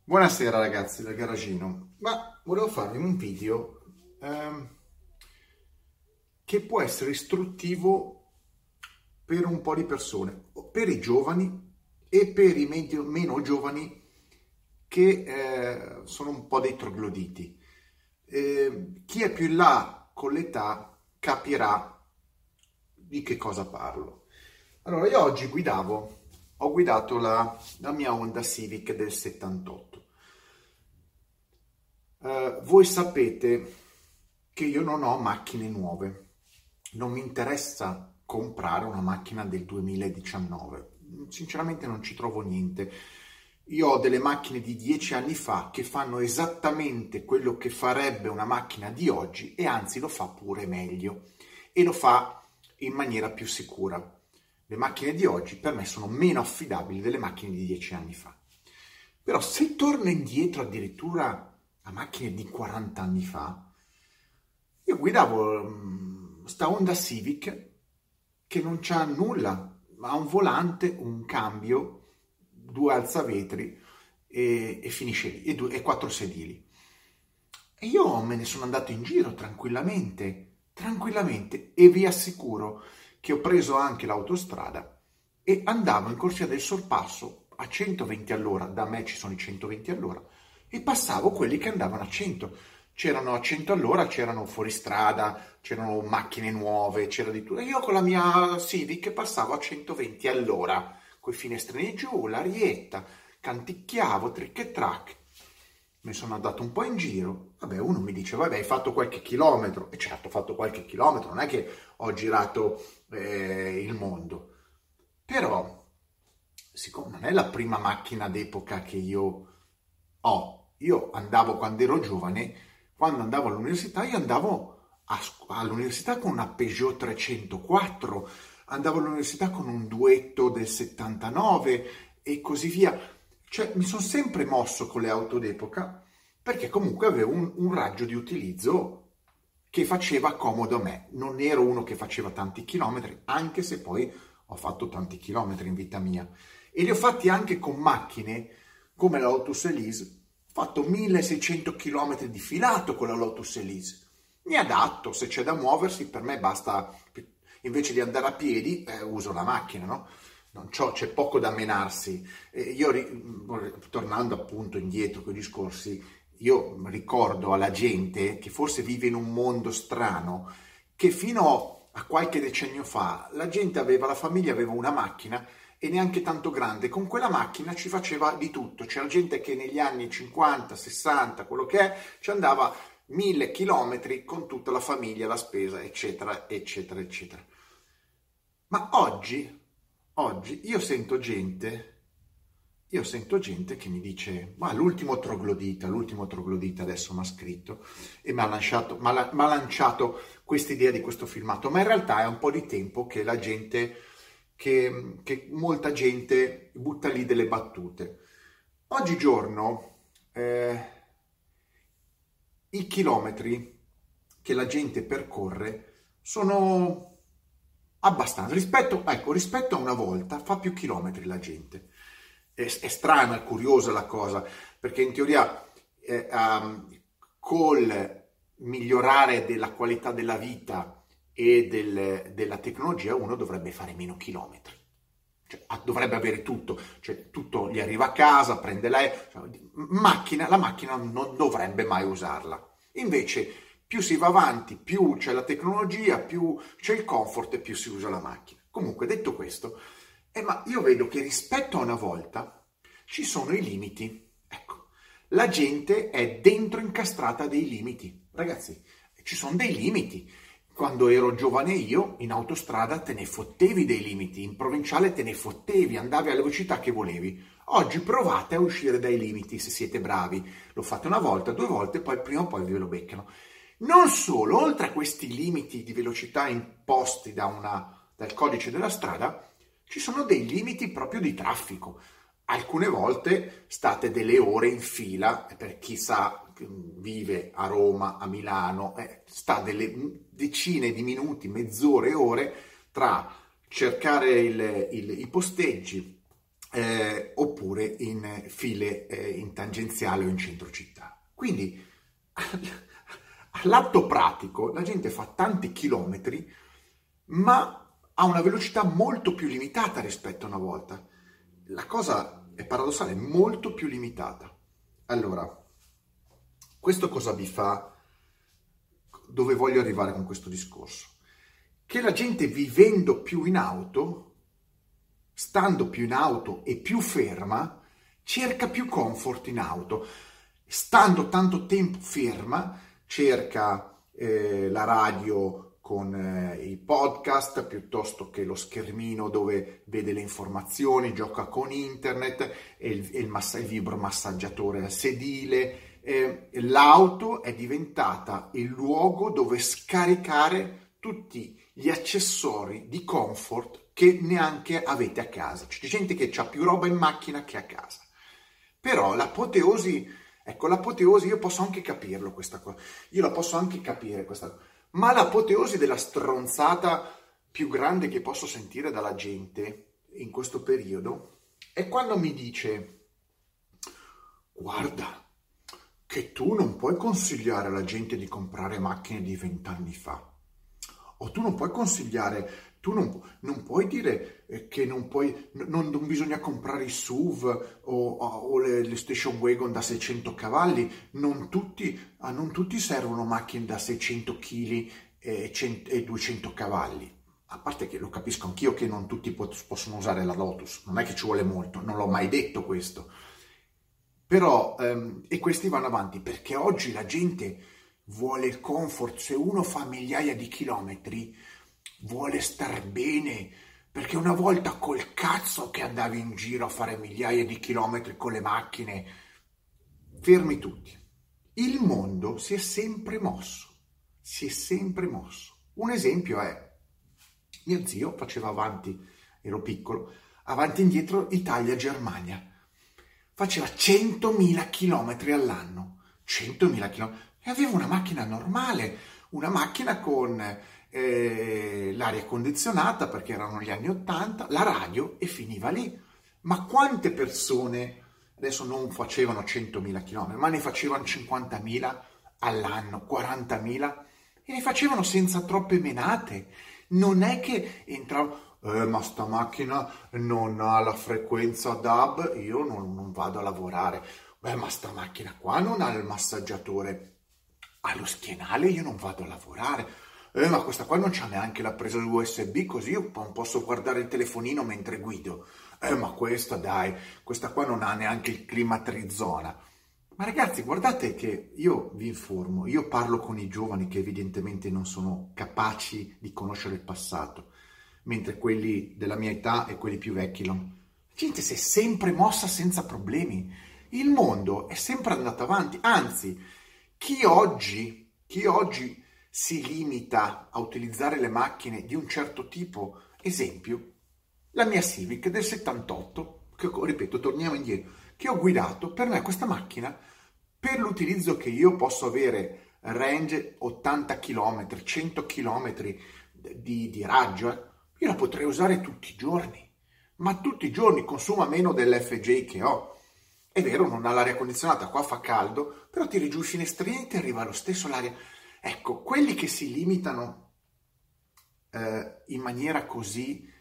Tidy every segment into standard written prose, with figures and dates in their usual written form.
Buonasera ragazzi del garagino, ma volevo farvi un video che può essere istruttivo per un po' di persone, per i giovani e per i meno giovani che sono un po' dei trogloditi. Chi è più in là con l'età capirà di che cosa parlo. Allora, io oggi ho guidato la mia Honda Civic del 78. Voi sapete che io non ho macchine nuove, non mi interessa comprare una macchina del 2019, sinceramente non ci trovo niente. Io ho delle macchine di 10 anni fa che fanno esattamente quello che farebbe una macchina di oggi e anzi lo fa pure meglio e lo fa in maniera più sicura. Le macchine di oggi per me sono meno affidabili delle macchine di 10 anni fa. Però se torno indietro addirittura a macchine di 40 anni fa, io guidavo sta Honda Civic che non c'ha nulla, ha un volante, un cambio, due alzavetri e finisce lì, e quattro sedili. E io me ne sono andato in giro tranquillamente, e vi assicuro che ho preso anche l'autostrada e andavo in corsia del sorpasso a 120 all'ora, da me ci sono i 120 all'ora, e passavo quelli che andavano a 100. C'erano a 100 all'ora, c'erano fuoristrada, c'erano macchine nuove, c'era di tutto. E io con la mia Civic passavo a 120 all'ora, coi finestrini giù, l'arietta, canticchiavo, trick e track. Mi sono andato un po' in giro. Vabbè, uno mi dice, vabbè, hai fatto qualche chilometro. E certo, ho fatto qualche chilometro, non è che ho girato il mondo. Però, siccome non è la prima macchina d'epoca che io ho, io andavo quando ero giovane, quando andavo all'università, io andavo all'università con una Peugeot 304, andavo all'università con un Duetto del 79 e così via. Cioè, mi sono sempre mosso con le auto d'epoca perché comunque avevo un raggio di utilizzo che faceva comodo a me. Non ero uno che faceva tanti chilometri, anche se poi ho fatto tanti chilometri in vita mia. E li ho fatti anche con macchine come la Lotus Elise. Ho fatto 1600 km di filato con la Lotus Elise. Mi adatto, se c'è da muoversi, per me basta, invece di andare a piedi, uso la macchina, no? C'è poco da menarsi. Tornando appunto indietro con i discorsi, io ricordo alla gente che forse vive in un mondo strano, che fino a qualche decennio fa la famiglia aveva una macchina e neanche tanto grande. Con quella macchina ci faceva di tutto. C'era gente che negli anni 50, 60, quello che è, ci andava 1000 chilometri con tutta la famiglia, la spesa, eccetera, eccetera, eccetera. Ma oggi io sento gente che mi dice, ma l'ultimo troglodita adesso mi ha scritto e mi ha lanciato quest'idea di questo filmato, ma in realtà è un po' di tempo che la gente, che molta gente butta lì delle battute. Oggigiorno i chilometri che la gente percorre sono abbastanza, rispetto a una volta fa più chilometri la gente. È strana, è curiosa la cosa, perché in teoria col migliorare della qualità della vita e della tecnologia uno dovrebbe fare meno chilometri. Cioè, dovrebbe avere tutto, cioè tutto gli arriva a casa, prende la macchina non dovrebbe mai usarla. Invece più si va avanti, più c'è la tecnologia, più c'è il comfort e più si usa la macchina. Comunque, detto questo, ma io vedo che rispetto a una volta ci sono i limiti. Ecco, la gente è dentro incastrata dei limiti. Ragazzi, ci sono dei limiti. Quando ero giovane io, in autostrada te ne fottevi dei limiti, in provinciale te ne fottevi, andavi alla velocità che volevi. Oggi provate a uscire dai limiti se siete bravi. Lo fate una volta, due volte, poi prima o poi ve lo beccano. Non solo, oltre a questi limiti di velocità imposti dal codice della strada, ci sono dei limiti proprio di traffico. Alcune volte state delle ore in fila, per chi sa, vive a Roma, a Milano, sta delle decine di minuti, mezz'ore, ore, tra cercare i posteggi oppure in file in tangenziale o in centro città. Quindi all'atto pratico la gente fa tanti chilometri, ma a una velocità molto più limitata rispetto a una volta. La cosa è paradossale, molto più limitata. Allora, questo cosa vi fa? Dove voglio arrivare con questo discorso? Che la gente vivendo più in auto, stando più in auto e più ferma, cerca più comfort in auto. Stando tanto tempo ferma, cerca la radio con i podcast piuttosto che lo schermino dove vede le informazioni, gioca con internet, il vibromassaggiatore al sedile. L'auto è diventata il luogo dove scaricare tutti gli accessori di comfort che neanche avete a casa. C'è gente che ha più roba in macchina che a casa. Però l'apoteosi, io posso anche capirlo questa cosa, io la posso anche capire questa cosa, ma l'apoteosi della stronzata più grande che posso sentire dalla gente in questo periodo è quando mi dice: guarda, che tu non puoi consigliare alla gente di comprare macchine di 20 anni fa. O tu non puoi consigliare, tu non puoi dire che non bisogna comprare i SUV o le station wagon da 600 cavalli. Non tutti servono macchine da 600 kg e 200 cavalli. A parte che lo capisco anch'io che non tutti possono usare la Lotus, non è che ci vuole molto, non l'ho mai detto questo. Però, e questi vanno avanti, perché oggi la gente vuole il comfort. Se uno fa migliaia di chilometri, vuole star bene, perché una volta col cazzo che andavi in giro a fare migliaia di chilometri con le macchine. Fermi tutti. Il mondo si è sempre mosso. Un esempio è, mio zio faceva avanti, ero piccolo, avanti e indietro Italia-Germania. Faceva 100.000 chilometri all'anno, 100.000 chilometri, e aveva una macchina normale, una macchina con l'aria condizionata, perché erano gli anni 80, la radio, e finiva lì. Ma quante persone adesso non facevano 100.000 chilometri, ma ne facevano 50.000 all'anno, 40.000, e ne facevano senza troppe menate. Non è che entravano... ma sta macchina non ha la frequenza DAB, io non vado a lavorare. Ma sta macchina qua non ha il massaggiatore allo schienale, io non vado a lavorare. Ma questa qua non c'ha neanche la presa USB, così io non posso guardare il telefonino mentre guido. Ma questa qua non ha neanche il climatrizona. Ma ragazzi, guardate che io vi informo, io parlo con i giovani che evidentemente non sono capaci di conoscere il passato, mentre quelli della mia età e quelli più vecchi la gente si è sempre mossa senza problemi. Il mondo è sempre andato avanti, anzi, chi oggi si limita a utilizzare le macchine di un certo tipo, esempio, la mia Civic del 78, che ripeto, torniamo indietro, che ho guidato, per me questa macchina, per l'utilizzo che io posso avere, range 80 km, 100 km di raggio, io la potrei usare tutti i giorni, ma tutti i giorni consuma meno dell'FJ che ho. È vero, non ha l'aria condizionata, qua fa caldo, però tiri giù i finestrini e ti arriva lo stesso l'aria. Ecco, quelli che si limitano in maniera così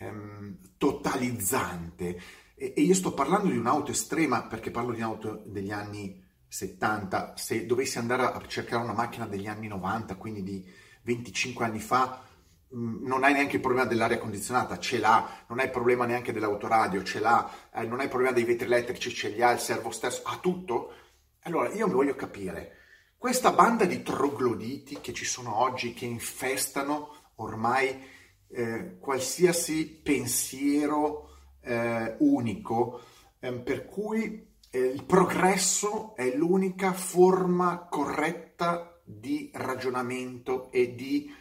totalizzante, e io sto parlando di un'auto estrema perché parlo di un'auto degli anni 70, se dovessi andare a cercare una macchina degli anni 90, quindi di 25 anni fa, non hai neanche il problema dell'aria condizionata, ce l'ha, non hai il problema neanche dell'autoradio, ce l'ha, non hai il problema dei vetri elettrici, ce li ha, il servo stesso, ha tutto. Allora io mi voglio capire, questa banda di trogloditi che ci sono oggi, che infestano ormai qualsiasi pensiero unico, per cui il progresso è l'unica forma corretta di ragionamento e di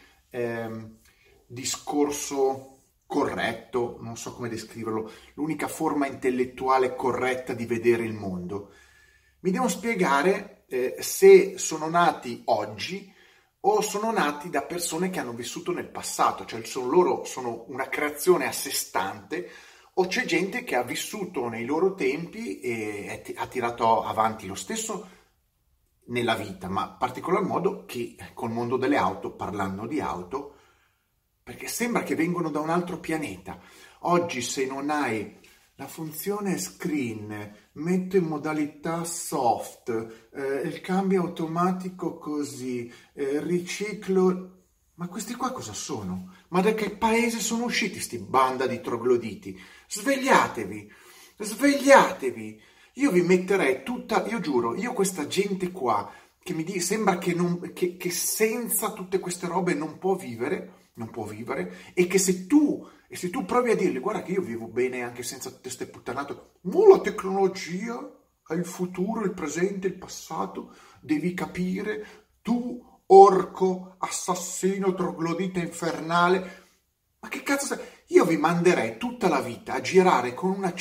discorso corretto, non so come descriverlo, l'unica forma intellettuale corretta di vedere il mondo. Mi devono spiegare se sono nati oggi o sono nati da persone che hanno vissuto nel passato, cioè loro sono una creazione a sé stante, o c'è gente che ha vissuto nei loro tempi e ha tirato avanti lo stesso nella vita, ma in particolar modo chi col mondo delle auto, parlando di auto, perché sembra che vengono da un altro pianeta. Oggi se non hai la funzione screen, metto in modalità soft, il cambio automatico così, riciclo... Ma questi qua cosa sono? Ma da che paese sono usciti sti banda di trogloditi? Svegliatevi! Svegliatevi! Io vi metterei tutta... Io giuro, io questa gente qua che mi dice, sembra che, che senza tutte queste robe non può vivere, non può vivere, e che se tu provi a dirgli, guarda che io vivo bene anche senza tutte queste puttanate, ma la tecnologia ha il futuro, il presente, il passato, devi capire, tu, orco, assassino, troglodita infernale, ma che cazzo sei? Io vi manderei tutta la vita a girare con una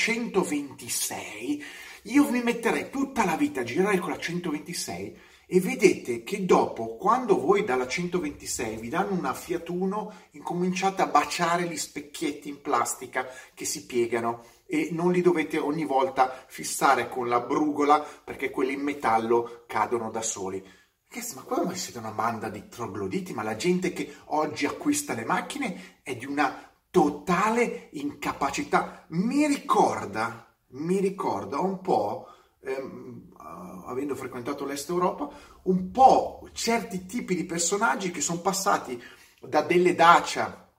126, io vi metterei tutta la vita a girare con la 126 e vedete che dopo, quando voi dalla 126 vi danno una Fiat Uno, incominciate a baciare gli specchietti in plastica che si piegano e non li dovete ogni volta fissare con la brugola perché quelli in metallo cadono da soli. Ma qua siete una banda di trogloditi, ma la gente che oggi acquista le macchine è di una totale incapacità. Mi ricorda un po', avendo frequentato l'Est Europa, un po' certi tipi di personaggi che sono passati da delle Dacia,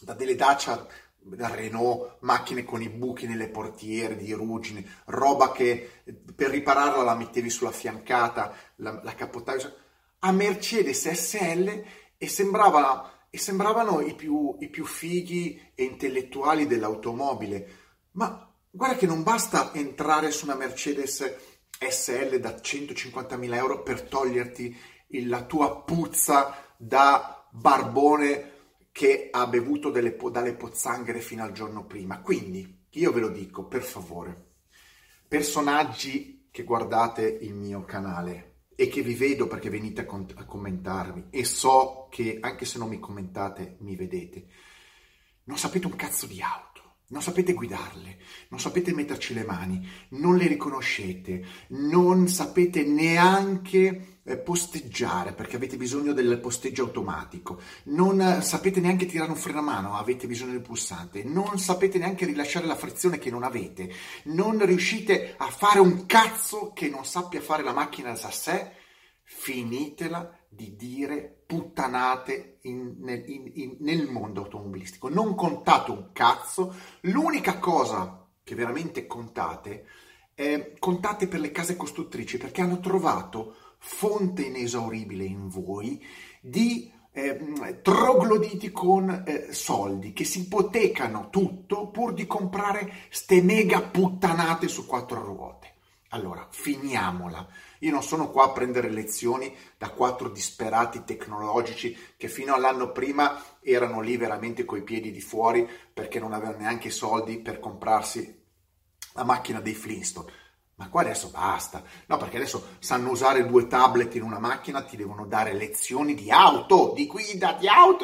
da Renault, macchine con i buchi nelle portiere, di ruggine, roba che per ripararla la mettevi sulla fiancata, la cappottavi, a Mercedes SL e sembravano i più fighi e intellettuali dell'automobile. Ma guarda che non basta entrare su una Mercedes SL da 150.000 euro per toglierti la tua puzza da barbone che ha bevuto dalle pozzanghere fino al giorno prima. Quindi io ve lo dico, per favore, personaggi che guardate il mio canale e che vi vedo perché venite a commentarmi e so che anche se non mi commentate mi vedete, non sapete un cazzo di auto, non sapete guidarle, non sapete metterci le mani, non le riconoscete, non sapete neanche posteggiare perché avete bisogno del posteggio automatico, non sapete neanche tirare un freno a mano, avete bisogno del pulsante, non sapete neanche rilasciare la frizione che non avete, non riuscite a fare un cazzo che non sappia fare la macchina da sé, finitela di dire puttanate nel mondo automobilistico. Non contate un cazzo, l'unica cosa che veramente contate è contate per le case costruttrici perché hanno trovato fonte inesauribile in voi di trogloditi con soldi che si ipotecano tutto pur di comprare ste mega puttanate su quattro ruote. Allora, finiamola. Io non sono qua a prendere lezioni da quattro disperati tecnologici che fino all'anno prima erano lì veramente coi piedi di fuori perché non avevano neanche i soldi per comprarsi la macchina dei Flintstone. Ma qua adesso basta. No, perché adesso sanno usare 2 tablet in una macchina, ti devono dare lezioni di auto, di guida.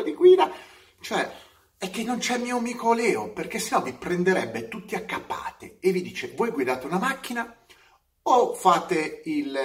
Cioè, è che non c'è il mio amico Leo, perché sennò vi prenderebbe tutti a capate e vi dice, voi guidate una macchina o fate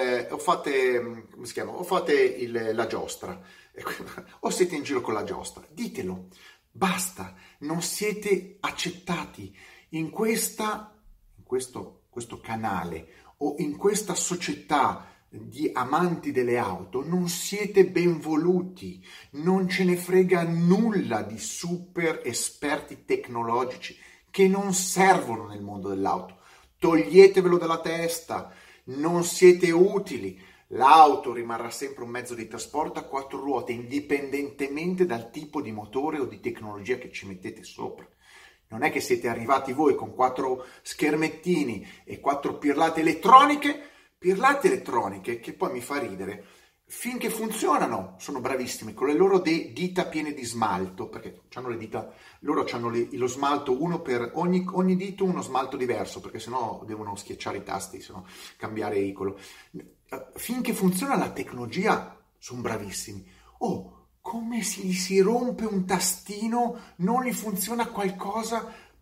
la giostra, o siete in giro con la giostra. Ditelo, basta, non siete accettati in questo canale o in questa società di amanti delle auto, non siete benvoluti, non ce ne frega nulla di super esperti tecnologici che non servono nel mondo dell'auto. Toglietevelo dalla testa, non siete utili. L'auto rimarrà sempre un mezzo di trasporto a 4 ruote, indipendentemente dal tipo di motore o di tecnologia che ci mettete sopra. Non è che siete arrivati voi con 4 schermettini e 4 pirlate elettroniche che poi mi fa ridere. Finché funzionano sono bravissimi con le loro dita piene di smalto, perché hanno le dita, loro hanno lo smalto, uno per ogni dito uno smalto diverso, perché sennò devono schiacciare i tasti, sennò cambiare icolo. Finché funziona la tecnologia sono bravissimi. Oh, come si rompe un tastino, non gli funziona qualcosa,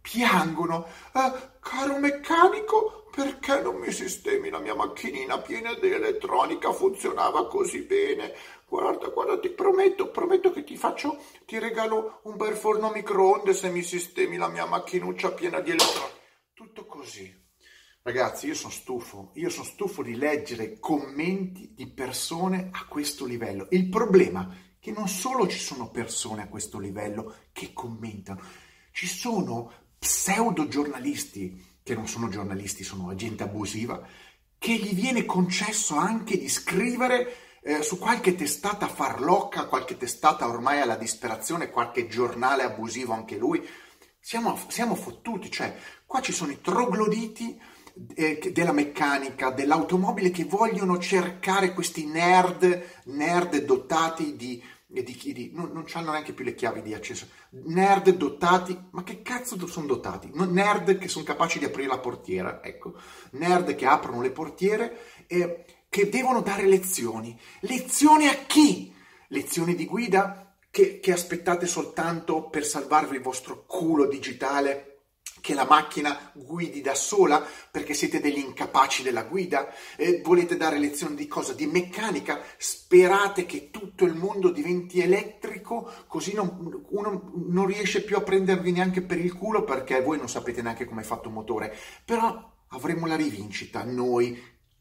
piangono. Caro meccanico, perché non mi sistemi la mia macchinina piena di elettronica? Funzionava così bene. Guarda, ti prometto che ti regalo un bel forno a microonde se mi sistemi la mia macchinuccia piena di elettronica. Tutto così. Ragazzi, io sono stufo di leggere commenti di persone a questo livello. Il problema è che non solo ci sono persone a questo livello che commentano, ci sono pseudo giornalisti, che non sono giornalisti, sono gente abusiva, che gli viene concesso anche di scrivere su qualche testata farlocca, qualche testata ormai alla disperazione, qualche giornale abusivo anche lui. Siamo fottuti, cioè qua ci sono i trogloditi della meccanica, dell'automobile, che vogliono cercare questi nerd dotati non hanno neanche più le chiavi di accesso, nerd dotati, ma che cazzo sono dotati? Nerd che sono capaci di aprire la portiera, ecco, nerd che aprono le portiere e che devono dare lezioni. Lezioni a chi? Lezioni di guida che aspettate soltanto per salvarvi il vostro culo digitale, che la macchina guidi da sola perché siete degli incapaci della guida? Volete dare lezioni di cosa? Di meccanica? Sperate che tutto il mondo diventi elettrico, così uno non riesce più a prendervi neanche per il culo perché voi non sapete neanche come è fatto un motore. Però avremo la rivincita, noi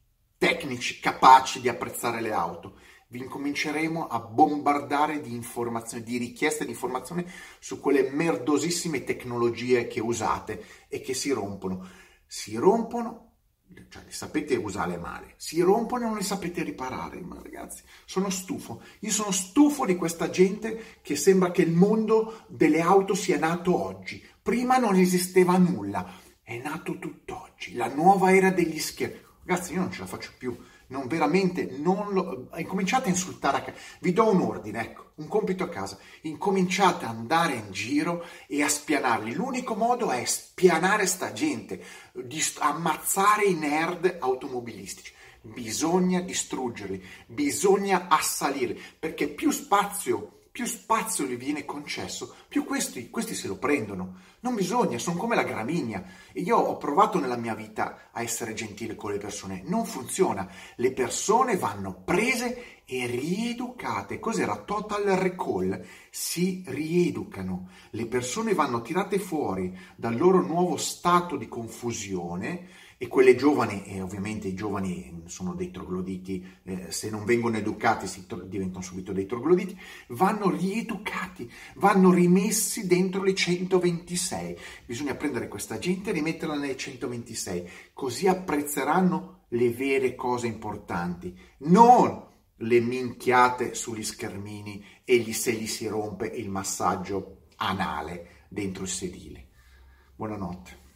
tecnici capaci di apprezzare le auto. Vi incominceremo a bombardare di informazioni, di richieste di informazioni su quelle merdosissime tecnologie che usate e che si rompono. Si rompono, cioè le sapete usare male, si rompono e non le sapete riparare. Ma ragazzi, sono stufo. Io sono stufo di questa gente che sembra che il mondo delle auto sia nato oggi. Prima non esisteva nulla, è nato tutt'oggi, la nuova era degli schermi. Ragazzi, io non ce la faccio più. Non veramente, incominciate a insultare vi do un ordine, ecco, un compito a casa, incominciate ad andare in giro e a spianarli. L'unico modo è spianare sta gente, ammazzare i nerd automobilistici. Bisogna distruggerli, bisogna assalirli, perché più spazio gli viene concesso, più questi se lo prendono. Non bisogna, sono come la gramigna. E io ho provato nella mia vita a essere gentile con le persone, non funziona. Le persone vanno prese e rieducate. Cos'era? Total Recall. Si rieducano. Le persone vanno tirate fuori dal loro nuovo stato di confusione. E quelle giovani, e ovviamente i giovani sono dei trogloditi, se non vengono educati diventano subito dei trogloditi, vanno rieducati, vanno rimessi dentro le 126. Bisogna prendere questa gente e rimetterla nelle 126, così apprezzeranno le vere cose importanti, non le minchiate sugli schermini e se gli si rompe il massaggio anale dentro il sedile. Buonanotte.